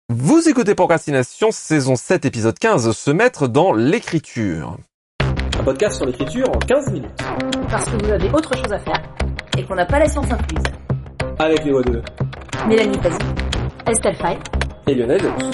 Vous écoutez Procrastination, saison 7, épisode 15, se mettre dans l'écriture. Un podcast sur l'écriture en 15 minutes. Parce que vous avez autre chose à faire et qu'on n'a pas la science incluse. Avec les voix de Mélanie Pazzi, Estelle Faye et Lionel Delous.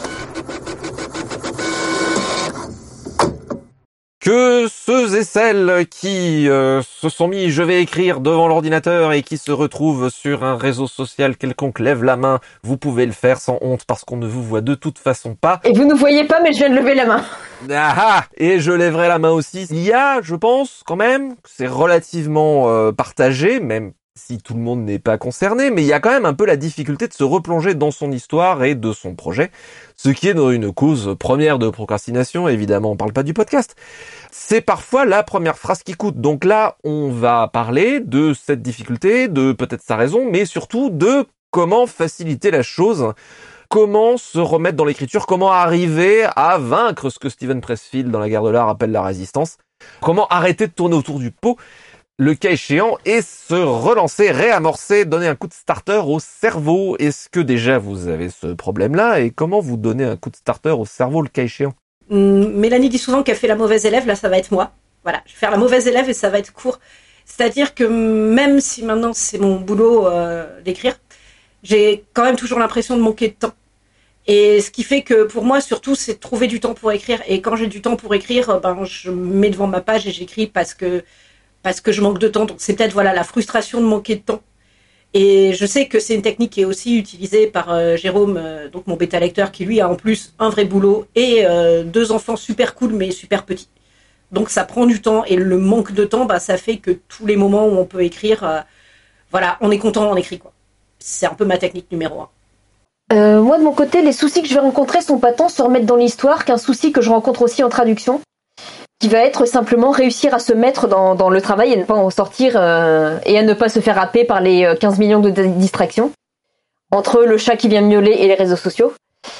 Que ceux et celles qui se sont mis je vais écrire devant l'ordinateur et qui se retrouvent sur un réseau social quelconque lèvent la main, vous pouvez le faire sans honte parce qu'on ne vous voit de toute façon pas. Et vous ne voyez pas, mais je viens de lever la main. Ah, et je lèverai la main aussi. Il y a, je pense, quand même, c'est relativement partagé, même si tout le monde n'est pas concerné, mais il y a quand même un peu la difficulté de se replonger dans son histoire et de son projet, ce qui est une cause première de procrastination. Évidemment, on parle pas du podcast. C'est parfois la première phrase qui coûte. Donc là, on va parler de cette difficulté, de peut-être sa raison, mais surtout de comment faciliter la chose. Comment se remettre dans l'écriture, comment arriver à vaincre ce que Steven Pressfield dans La Guerre de l'Art appelle la résistance, comment arrêter de tourner autour du pot, le cas échéant, et se relancer, réamorcer, donner un coup de starter au cerveau. Est-ce que déjà vous avez ce problème-là, et comment vous donnez un coup de starter au cerveau le cas échéant? Mélanie dit souvent qu'elle fait la mauvaise élève, là ça va être moi. Voilà, je vais faire la mauvaise élève et ça va être court. C'est-à-dire que même si maintenant c'est mon boulot d'écrire, j'ai quand même toujours l'impression de manquer de temps. Et ce qui fait que pour moi, surtout, c'est de trouver du temps pour écrire. Et quand j'ai du temps pour écrire, je me mets devant ma page et j'écris parce que je manque de temps. Donc c'est peut-être la frustration de manquer de temps. Et je sais que c'est une technique qui est aussi utilisée par Jérôme, donc mon bêta-lecteur, qui lui a en plus un vrai boulot et 2 enfants super cool mais super petits. Donc ça prend du temps et le manque de temps, ça fait que tous les moments où on peut écrire, on est content, on écrit quoi. C'est un peu ma technique numéro 1. Moi, de mon côté, les soucis que je vais rencontrer sont pas tant se remettre dans l'histoire qu'un souci que je rencontre aussi en traduction, qui va être simplement réussir à se mettre dans le travail et ne pas en sortir et à ne pas se faire happer par les 15 millions de distractions entre le chat qui vient miauler et les réseaux sociaux.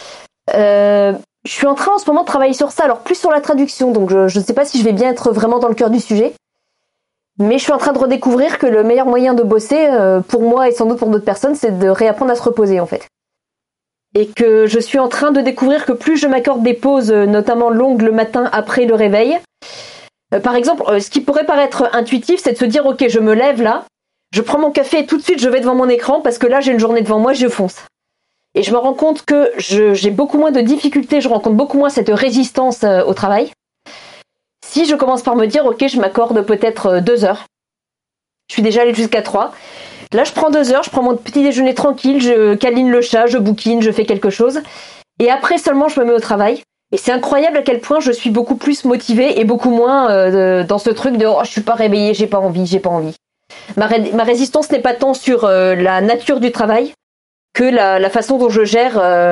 Je suis en train en ce moment de travailler sur ça, alors plus sur la traduction, donc je ne sais pas si je vais bien être vraiment dans le cœur du sujet, mais je suis en train de redécouvrir que le meilleur moyen de bosser, pour moi et sans doute pour d'autres personnes, c'est de réapprendre à se reposer en fait. Et que je suis en train de découvrir que plus je m'accorde des pauses, notamment longues le matin après le réveil. Par exemple, ce qui pourrait paraître intuitif, c'est de se dire « Ok, je me lève là, je prends mon café et tout de suite je vais devant mon écran parce que là j'ai une journée devant moi, je fonce. » Et je me rends compte que j'ai beaucoup moins de difficultés, je rencontre beaucoup moins cette résistance au travail. Si je commence par me dire « Ok, je m'accorde peut-être 2 heures. » Je suis déjà allée jusqu'à 3. Là, je prends 2 heures, je prends mon petit déjeuner tranquille, je câline le chat, je bouquine, je fais quelque chose. Et après seulement, je me mets au travail. Et c'est incroyable à quel point je suis beaucoup plus motivée et beaucoup moins dans ce truc de « Oh, je suis pas réveillée, j'ai pas envie. » Ma résistance n'est pas tant sur la nature du travail que la façon dont je gère...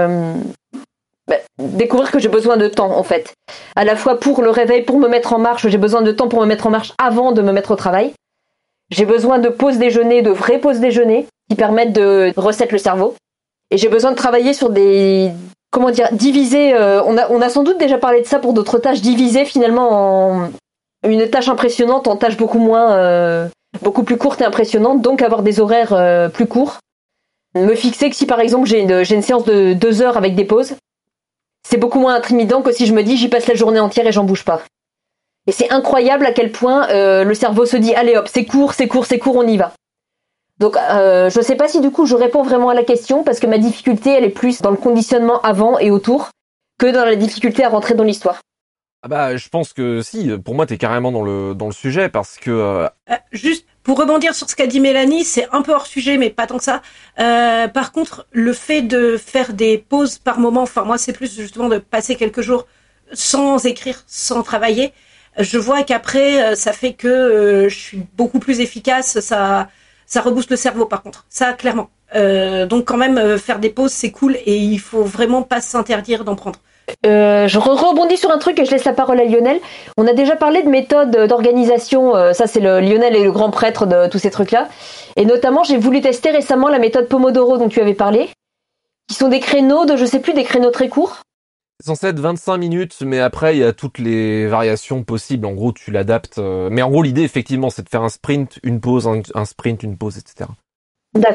découvrir que j'ai besoin de temps, en fait. À la fois pour le réveil, pour me mettre en marche, j'ai besoin de temps pour me mettre en marche avant de me mettre au travail. J'ai besoin de pauses déjeuner, de vraies pauses déjeuner qui permettent de reset le cerveau. Et j'ai besoin de travailler sur diviser. On a sans doute déjà parlé de ça pour d'autres tâches, diviser finalement en une tâche impressionnante en tâches beaucoup plus courtes et impressionnantes, donc avoir des horaires plus courts. Me fixer que si par exemple j'ai une séance de 2 heures avec des pauses, c'est beaucoup moins intimidant que si je me dis j'y passe la journée entière et j'en bouge pas. Et c'est incroyable à quel point le cerveau se dit « Allez hop, c'est court, on y va ». Donc je sais pas si du coup je réponds vraiment à la question parce que ma difficulté elle est plus dans le conditionnement avant et autour que dans la difficulté à rentrer dans l'histoire. Je pense que si, pour moi t'es carrément dans le sujet parce que... Juste pour rebondir sur ce qu'a dit Mélanie, c'est un peu hors sujet mais pas tant que ça. Par contre, le fait de faire des pauses par moment, moi c'est plus justement de passer quelques jours sans écrire, sans travailler. Je vois qu'après, ça fait que je suis beaucoup plus efficace, ça rebooste le cerveau par contre, ça clairement. Donc quand même, faire des pauses, c'est cool et il faut vraiment pas s'interdire d'en prendre. Je rebondis sur un truc et je laisse la parole à Lionel. On a déjà parlé de méthode d'organisation, ça c'est Lionel est le grand prêtre de tous ces trucs-là. Et notamment, j'ai voulu tester récemment la méthode Pomodoro dont tu avais parlé, qui sont des créneaux des créneaux très courts. C'est censé être 25 minutes, mais après, il y a toutes les variations possibles. En gros, tu l'adaptes. Mais en gros, l'idée, effectivement, c'est de faire un sprint, une pause, un sprint, une pause, etc. D'accord.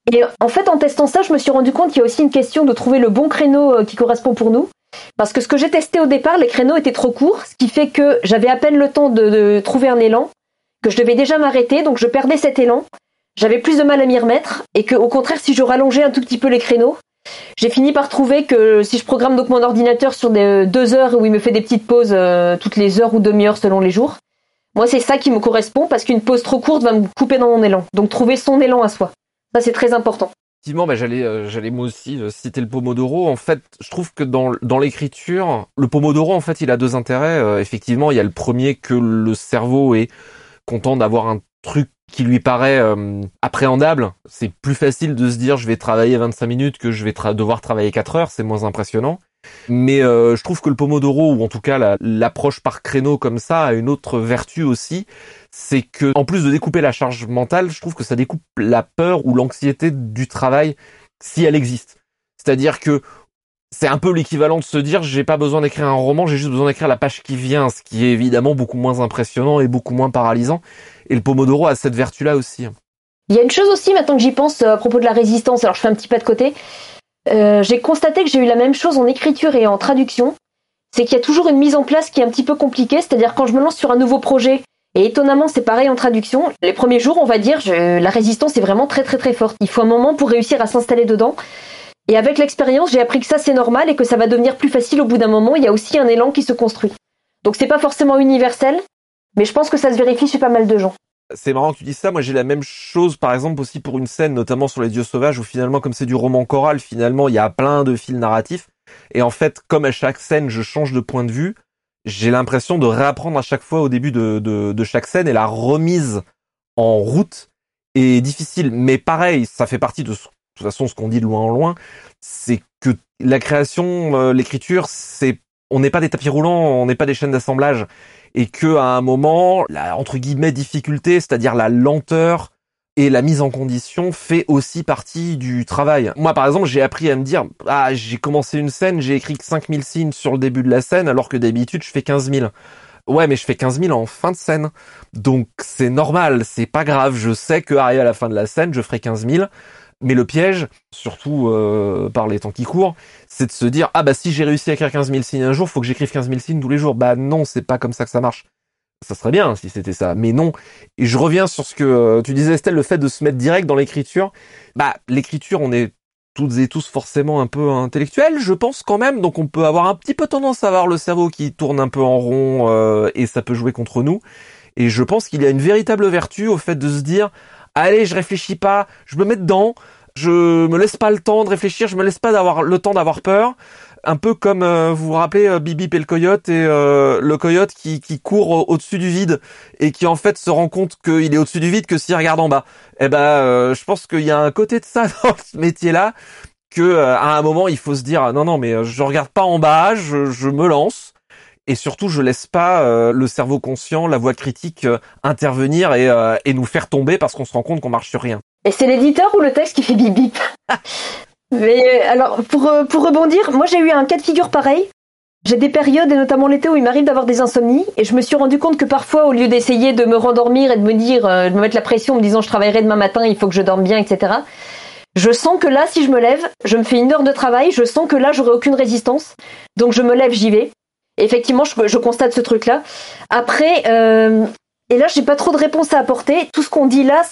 Et en fait, en testant ça, je me suis rendu compte qu'il y a aussi une question de trouver le bon créneau qui correspond pour nous. Parce que ce que j'ai testé au départ, les créneaux étaient trop courts, ce qui fait que j'avais à peine le temps de trouver un élan, que je devais déjà m'arrêter, donc je perdais cet élan. J'avais plus de mal à m'y remettre, et que au contraire, si je rallongeais un tout petit peu les créneaux, j'ai fini par trouver que si je programme donc mon ordinateur sur des 2 heures où il me fait des petites pauses toutes les heures ou demi-heures selon les jours, moi c'est ça qui me correspond parce qu'une pause trop courte va me couper dans mon élan. Donc trouver son élan à soi, ça c'est très important. Effectivement, j'allais moi aussi citer le Pomodoro. En fait, je trouve que dans l'écriture, le Pomodoro, en fait, il a 2 intérêts. Effectivement, il y a le premier que le cerveau est content d'avoir un truc qui lui paraît appréhendable. C'est plus facile de se dire je vais travailler 25 minutes que je vais devoir travailler 4 heures, c'est moins impressionnant. Mais je trouve que le Pomodoro, ou en tout cas l'approche par créneau comme ça, a une autre vertu aussi, c'est que en plus de découper la charge mentale, je trouve que ça découpe la peur ou l'anxiété du travail si elle existe. C'est-à-dire que c'est un peu l'équivalent de se dire j'ai pas besoin d'écrire un roman, j'ai juste besoin d'écrire la page qui vient, ce qui est évidemment beaucoup moins impressionnant et beaucoup moins paralysant. Et le Pomodoro a cette vertu-là aussi. Il y a une chose aussi, maintenant que j'y pense, à propos de la résistance, alors je fais un petit pas de côté, j'ai constaté que j'ai eu la même chose en écriture et en traduction, c'est qu'il y a toujours une mise en place qui est un petit peu compliquée, c'est-à-dire quand je me lance sur un nouveau projet, et étonnamment c'est pareil en traduction, les premiers jours on va dire, la résistance est vraiment très très très forte, il faut un moment pour réussir à s'installer dedans, et avec l'expérience j'ai appris que ça c'est normal et que ça va devenir plus facile au bout d'un moment, il y a aussi un élan qui se construit. Donc c'est pas forcément universel, mais je pense que ça se vérifie chez pas mal de gens. C'est marrant que tu dises ça, moi j'ai la même chose par exemple aussi pour une scène, notamment sur les dieux sauvages, où finalement comme c'est du roman choral, finalement il y a plein de fils narratifs, et en fait comme à chaque scène je change de point de vue, j'ai l'impression de réapprendre à chaque fois au début de chaque scène, et la remise en route est difficile, mais pareil, ça fait partie de toute façon ce qu'on dit de loin en loin, c'est que la création, l'écriture, on n'est pas des tapis roulants, on n'est pas des chaînes d'assemblage, et que à un moment, la entre guillemets difficulté, c'est-à-dire la lenteur et la mise en condition fait aussi partie du travail. Moi par exemple, j'ai appris à me dire j'ai commencé une scène, j'ai écrit que 5000 signes sur le début de la scène alors que d'habitude je fais 15 000. Ouais, mais je fais 15 000 en fin de scène. Donc c'est normal, c'est pas grave, je sais qu'arrivé à la fin de la scène, je ferai 15 000. Mais le piège, surtout par les temps qui courent, c'est de se dire si j'ai réussi à écrire 15 000 signes un jour, faut que j'écrive 15 000 signes tous les jours. Bah non, c'est pas comme ça que ça marche. Ça serait bien si c'était ça, mais non. Et je reviens sur ce que tu disais, Estelle, le fait de se mettre direct dans l'écriture. L'écriture, on est toutes et tous forcément un peu intellectuels, je pense quand même. Donc on peut avoir un petit peu tendance à avoir le cerveau qui tourne un peu en rond et ça peut jouer contre nous. Et je pense qu'il y a une véritable vertu au fait de se dire allez, je réfléchis pas, je me mets dedans, je me laisse pas le temps de réfléchir, je me laisse pas le temps d'avoir peur. Un peu comme, vous vous rappelez, Bip et le coyote, et le coyote qui court au-dessus du vide, et qui en fait se rend compte qu'il est au-dessus du vide que s'il regarde en bas. Je pense qu'il y a un côté de ça dans ce métier-là, que à un moment il faut se dire non mais je regarde pas en bas, je me lance. Et surtout, je laisse pas le cerveau conscient, la voix critique intervenir et nous faire tomber parce qu'on se rend compte qu'on marche sur rien. Et c'est l'éditeur ou le texte qui fait bip bip? Mais alors, pour rebondir, moi j'ai eu un cas de figure pareil. J'ai des périodes, et notamment l'été, où il m'arrive d'avoir des insomnies, et je me suis rendu compte que parfois, au lieu d'essayer de me rendormir et de me dire, de me mettre la pression en me disant je travaillerai demain matin, il faut que je dorme bien, etc., je sens que là, si je me lève, je me fais 1 heure de travail, je sens que là, j'aurai aucune résistance, donc je me lève, j'y vais. Et effectivement, je constate ce truc-là. Après, et là, j'ai pas trop de réponses à apporter. Tout ce qu'on dit là,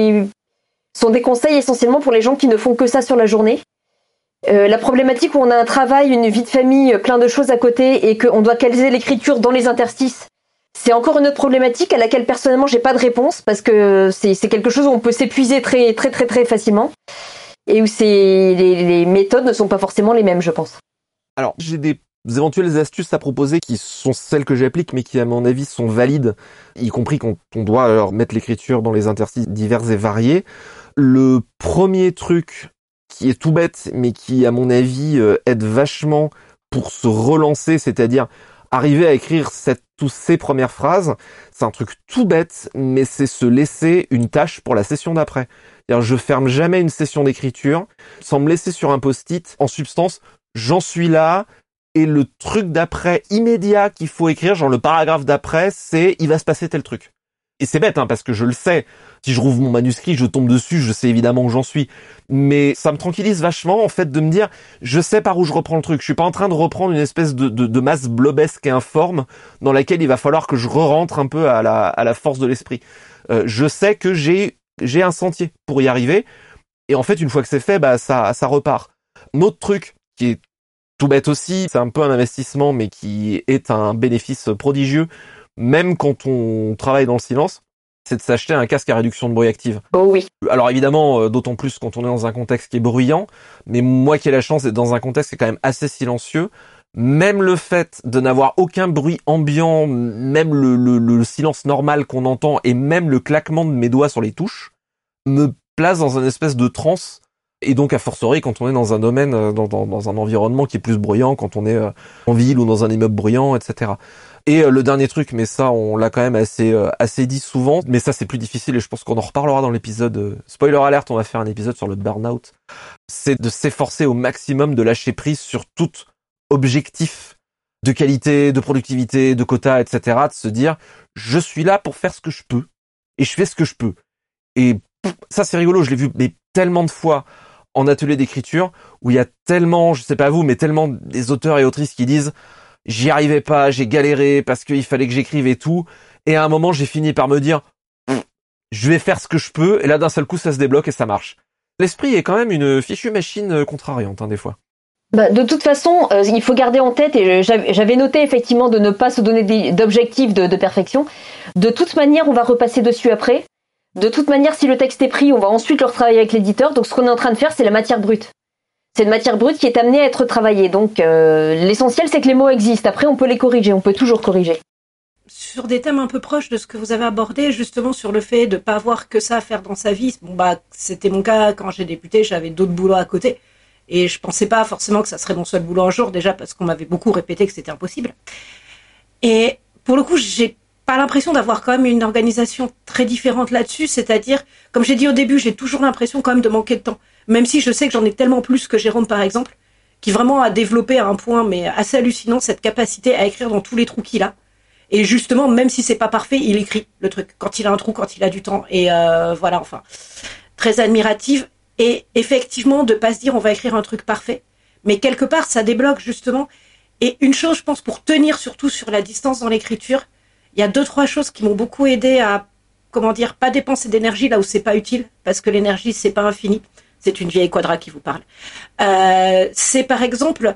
sont des conseils essentiellement pour les gens qui ne font que ça sur la journée. La problématique où on a un travail, une vie de famille, plein de choses à côté et qu'on doit caler l'écriture dans les interstices, c'est encore une autre problématique à laquelle personnellement j'ai pas de réponse parce que c'est quelque chose où on peut s'épuiser très très très très facilement et où les méthodes ne sont pas forcément les mêmes, je pense. Alors, j'ai des éventuelles astuces à proposer qui sont celles que j'applique mais qui à mon avis sont valides, y compris quand on doit mettre l'écriture dans les interstices divers et variés. Le premier truc qui est tout bête mais qui à mon avis aide vachement pour se relancer, c'est-à-dire arriver à écrire ces premières phrases, c'est un truc tout bête mais c'est se laisser une tâche pour la session d'après. C'est-à-dire, je ferme jamais une session d'écriture sans me laisser sur un post-it en substance j'en suis là. Et le truc d'après immédiat qu'il faut écrire, genre le paragraphe d'après, c'est il va se passer tel truc. Et c'est bête, parce que je le sais. Si je rouvre mon manuscrit, je tombe dessus, je sais évidemment où j'en suis. Mais ça me tranquillise vachement, en fait, de me dire, je sais par où je reprends le truc. Je suis pas en train de reprendre une espèce de masse blobesque et informe dans laquelle il va falloir que je re-rentre un peu à la force de l'esprit. Je sais que j'ai un sentier pour y arriver. Et en fait, une fois que c'est fait, ça repart. Un autre truc qui est tout bête aussi, c'est un peu un investissement, mais qui est un bénéfice prodigieux, même quand on travaille dans le silence, c'est de s'acheter un casque à réduction de bruit active. Oh oui. Alors évidemment, d'autant plus quand on est dans un contexte qui est bruyant, mais moi qui ai la chance d'être dans un contexte qui est quand même assez silencieux, même le fait de n'avoir aucun bruit ambiant, même le silence normal qu'on entend, et même le claquement de mes doigts sur les touches, me place dans une espèce de transe. Et donc, a fortiori, quand on est dans un domaine, dans un environnement qui est plus bruyant, quand on est en ville ou dans un immeuble bruyant, etc. Et le dernier truc, mais ça, on l'a quand même assez dit souvent, mais ça, c'est plus difficile et je pense qu'on en reparlera dans l'épisode. Spoiler alert, on va faire un épisode sur le burn-out. C'est de s'efforcer au maximum de lâcher prise sur tout objectif de qualité, de productivité, de quota, etc. De se dire, je suis là pour faire ce que je peux et je fais ce que je peux. Et ça, c'est rigolo, je l'ai vu mais tellement de fois en atelier d'écriture, où il y a tellement, je sais pas vous, mais tellement des auteurs et autrices qui disent « J'y arrivais pas, j'ai galéré parce qu'il fallait que j'écrive et tout. » Et à un moment, j'ai fini par me dire « Je vais faire ce que je peux. » Et là, d'un seul coup, ça se débloque et ça marche. L'esprit est quand même une fichue machine contrariante, des fois. De toute façon, il faut garder en tête, et j'avais noté effectivement de ne pas se donner d'objectifs de perfection. De toute manière, on va repasser dessus après. De toute manière, si le texte est pris, on va ensuite le retravailler avec l'éditeur. Donc ce qu'on est en train de faire, c'est la matière brute. C'est une matière brute qui est amenée à être travaillée. Donc l'essentiel, c'est que les mots existent. Après, on peut les corriger, on peut toujours corriger. Sur des thèmes un peu proches de ce que vous avez abordé, justement sur le fait de pas avoir que ça à faire dans sa vie. C'était mon cas quand j'ai débuté, j'avais d'autres boulots à côté. Et je pensais pas forcément que ça serait mon seul boulot un jour, déjà parce qu'on m'avait beaucoup répété que c'était impossible. Et pour le coup, j'ai pas l'impression d'avoir quand même une organisation très différente là-dessus, c'est-à-dire, comme j'ai dit au début, j'ai toujours l'impression quand même de manquer de temps, même si je sais que j'en ai tellement plus que Jérôme par exemple, qui vraiment a développé à un point mais assez hallucinant cette capacité à écrire dans tous les trous qu'il a, et justement, même si c'est pas parfait, il écrit le truc, quand il a un trou, quand il a du temps, et voilà, enfin, très admirative, et effectivement, de pas se dire on va écrire un truc parfait, mais quelque part, ça débloque justement, et une chose, je pense, pour tenir surtout sur la distance dans l'écriture, il y a 2-3 choses qui m'ont beaucoup aidé à, pas dépenser d'énergie là où c'est pas utile, parce que l'énergie, c'est pas infini. C'est une vieille quadra qui vous parle. C'est par exemple,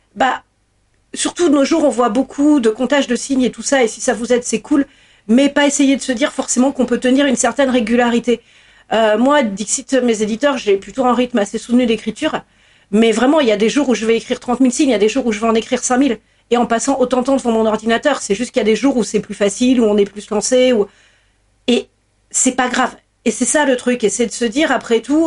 surtout de nos jours, on voit beaucoup de comptage de signes et tout ça, et si ça vous aide, c'est cool, mais pas essayer de se dire forcément qu'on peut tenir une certaine régularité. Moi, dixit mes éditeurs, j'ai plutôt un rythme assez soutenu d'écriture, mais vraiment, il y a des jours où je vais écrire 30 000 signes, il y a des jours où je vais en écrire 5 000. Et en passant autant de temps devant mon ordinateur, c'est juste qu'il y a des jours où c'est plus facile, où on est plus lancé, et c'est pas grave. Et c'est ça le truc, et c'est de se dire après tout,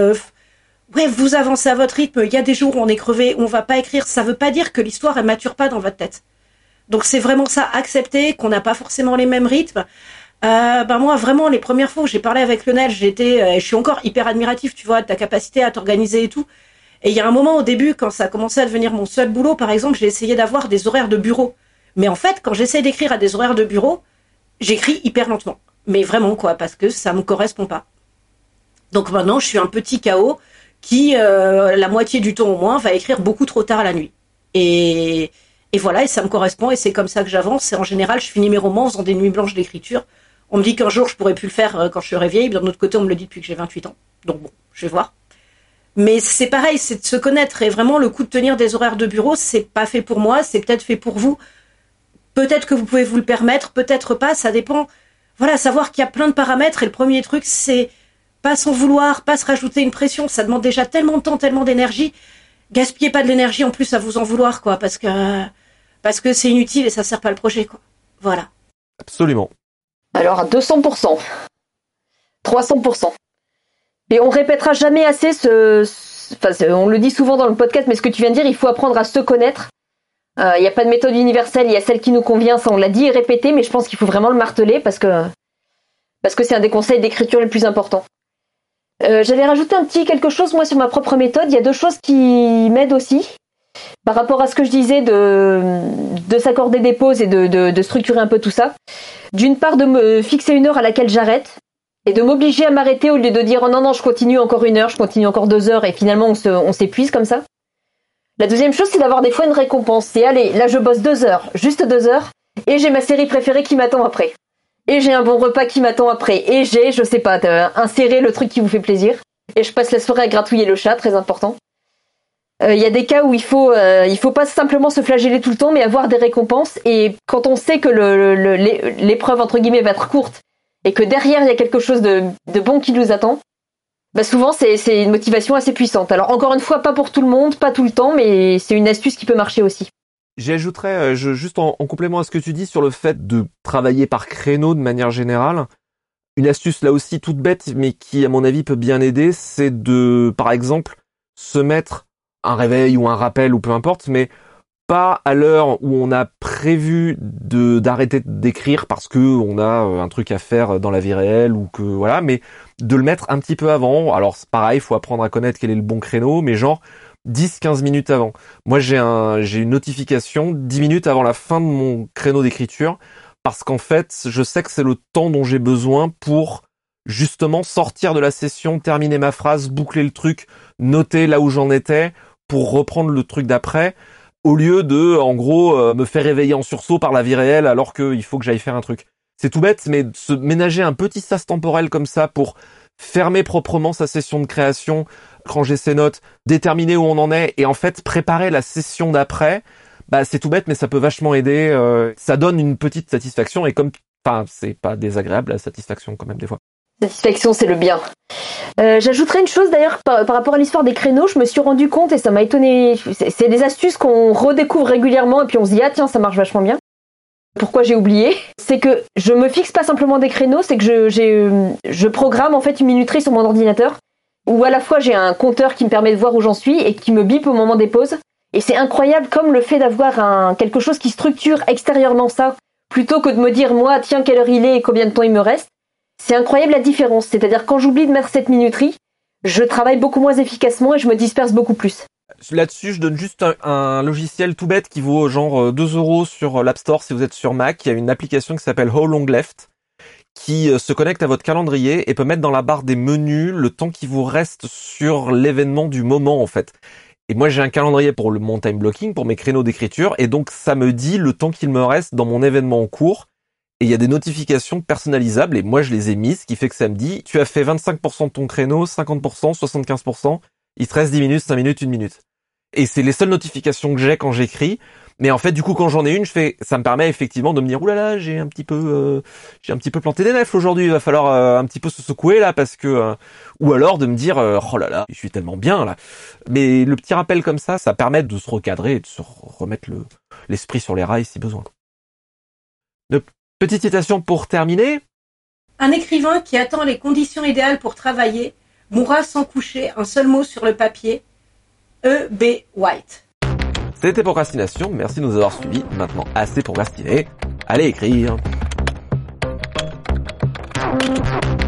vous avancez à votre rythme. Il y a des jours où on est crevé, où on va pas écrire. Ça veut pas dire que l'histoire elle mature pas dans votre tête. Donc c'est vraiment ça, accepter qu'on n'a pas forcément les mêmes rythmes. Moi vraiment les premières fois où j'ai parlé avec Lionel, je suis encore hyper admiratif, tu vois, de ta capacité à t'organiser et tout. Et il y a un moment au début, quand ça a commencé à devenir mon seul boulot, par exemple, j'ai essayé d'avoir des horaires de bureau. Mais en fait, quand j'essaie d'écrire à des horaires de bureau, j'écris hyper lentement. Mais vraiment, quoi, parce que ça me correspond pas. Donc maintenant, je suis un petit chaos qui, la moitié du temps au moins, va écrire beaucoup trop tard la nuit. Et voilà, et ça me correspond, et c'est comme ça que j'avance. Et en général, je finis mes romans en faisant des nuits blanches d'écriture. On me dit qu'un jour, je pourrais plus le faire quand je serai vieille. D'un autre côté, on me le dit depuis que j'ai 28 ans. Donc bon, je vais voir. Mais c'est pareil, c'est de se connaître, et vraiment le coup de tenir des horaires de bureau, c'est pas fait pour moi, c'est peut-être fait pour vous. Peut-être que vous pouvez vous le permettre, peut-être pas, ça dépend. Voilà, savoir qu'il y a plein de paramètres, et le premier truc, c'est pas s'en vouloir, pas se rajouter une pression, ça demande déjà tellement de temps, tellement d'énergie. Gaspillez pas de l'énergie en plus à vous en vouloir, quoi, parce que c'est inutile et ça sert pas le projet, quoi. Voilà. Absolument. Alors à 200%. 300%. Et on répétera jamais assez on le dit souvent dans le podcast, mais ce que tu viens de dire, il faut apprendre à se connaître. Il n'y a pas de méthode universelle, il y a celle qui nous convient, ça on l'a dit et répété, mais je pense qu'il faut vraiment le marteler parce que c'est un des conseils d'écriture les plus importants. J'avais rajouté un petit quelque chose, moi, sur ma propre méthode. Il y a 2 choses qui m'aident aussi. par rapport à ce que je disais de s'accorder des pauses et de structurer un peu tout ça. D'une part, de me fixer une heure à laquelle j'arrête et de m'obliger à m'arrêter au lieu de dire oh non, je continue encore 1 heure, je continue encore 2 heures et finalement on s'épuise comme ça. La deuxième chose, c'est d'avoir des fois une récompense. C'est allez, là je bosse 2 heures, juste 2 heures, et j'ai ma série préférée qui m'attend après. Et j'ai un bon repas qui m'attend après. Et j'ai, je sais pas, inséré le truc qui vous fait plaisir. Et je passe la soirée à gratouiller le chat, très important. Il y a des cas où il faut pas simplement se flageller tout le temps, mais avoir des récompenses. Et quand on sait que l'épreuve entre guillemets va être courte et que derrière il y a quelque chose de bon qui nous attend, bah souvent c'est une motivation assez puissante. Alors encore une fois, pas pour tout le monde, pas tout le temps, mais c'est une astuce qui peut marcher aussi. J'ajouterais, juste en complément à ce que tu dis sur le fait de travailler par créneau de manière générale, une astuce là aussi toute bête, mais qui à mon avis peut bien aider, c'est de, par exemple, se mettre un réveil ou un rappel ou peu importe, mais pas à l'heure où on a prévu d'arrêter d'écrire parce que on a un truc à faire dans la vie réelle ou que voilà, mais de le mettre un petit peu avant. Alors c'est pareil, il faut apprendre à connaître quel est le bon créneau, mais genre 10-15 minutes avant. Moi j'ai une notification 10 minutes avant la fin de mon créneau d'écriture parce qu'en fait je sais que c'est le temps dont j'ai besoin pour justement sortir de la session, terminer ma phrase, boucler le truc, noter là où j'en étais pour reprendre le truc d'après, au lieu de, en gros, me faire réveiller en sursaut par la vie réelle alors qu'il faut que j'aille faire un truc. C'est tout bête, mais se ménager un petit sas temporel comme ça pour fermer proprement sa session de création, ranger ses notes, déterminer où on en est et en fait préparer la session d'après, bah c'est tout bête, mais ça peut vachement aider. Ça donne une petite satisfaction et comme, enfin, c'est pas désagréable la satisfaction quand même des fois. Satisfaction, c'est le bien. J'ajouterais une chose d'ailleurs par rapport à l'histoire des créneaux, je me suis rendu compte et ça m'a étonné. C'est des astuces qu'on redécouvre régulièrement et puis on se dit ah tiens ça marche vachement bien. Pourquoi j'ai oublié? C'est que je me fixe pas simplement des créneaux, c'est que je programme en fait une minuterie sur mon ordinateur où à la fois j'ai un compteur qui me permet de voir où j'en suis et qui me bip au moment des pauses. Et c'est incroyable comme le fait d'avoir quelque chose qui structure extérieurement ça plutôt que de me dire moi tiens quelle heure il est et combien de temps il me reste. C'est incroyable la différence, c'est-à-dire quand j'oublie de mettre cette minuterie, je travaille beaucoup moins efficacement et je me disperse beaucoup plus. Là-dessus, je donne juste un logiciel tout bête qui vaut genre 2 € sur l'App Store si vous êtes sur Mac. Il y a une application qui s'appelle How Long Left qui se connecte à votre calendrier et peut mettre dans la barre des menus le temps qui vous reste sur l'événement du moment en fait. Et moi j'ai un calendrier pour mon time blocking, pour mes créneaux d'écriture et donc ça me dit le temps qu'il me reste dans mon événement en cours. Et il y a des notifications personnalisables et moi je les ai mises, ce qui fait que ça me dit tu as fait 25% de ton créneau, 50%, 75%, il te reste 10 minutes, 5 minutes, 1 minute. Et c'est les seules notifications que j'ai quand j'écris. Mais en fait du coup quand j'en ai une, ça me permet effectivement de me dire oulala, j'ai un petit peu planté des nefles aujourd'hui, il va falloir un petit peu se secouer là parce que ou alors de me dire oh là là, je suis tellement bien là. Mais le petit rappel comme ça permet de se recadrer et de se remettre l'esprit sur les rails si besoin. Petite citation pour terminer. Un écrivain qui attend les conditions idéales pour travailler mourra sans coucher un seul mot sur le papier. E.B. White. C'était Procrastination, merci de nous avoir suivis. Maintenant, assez procrastiné. Allez écrire.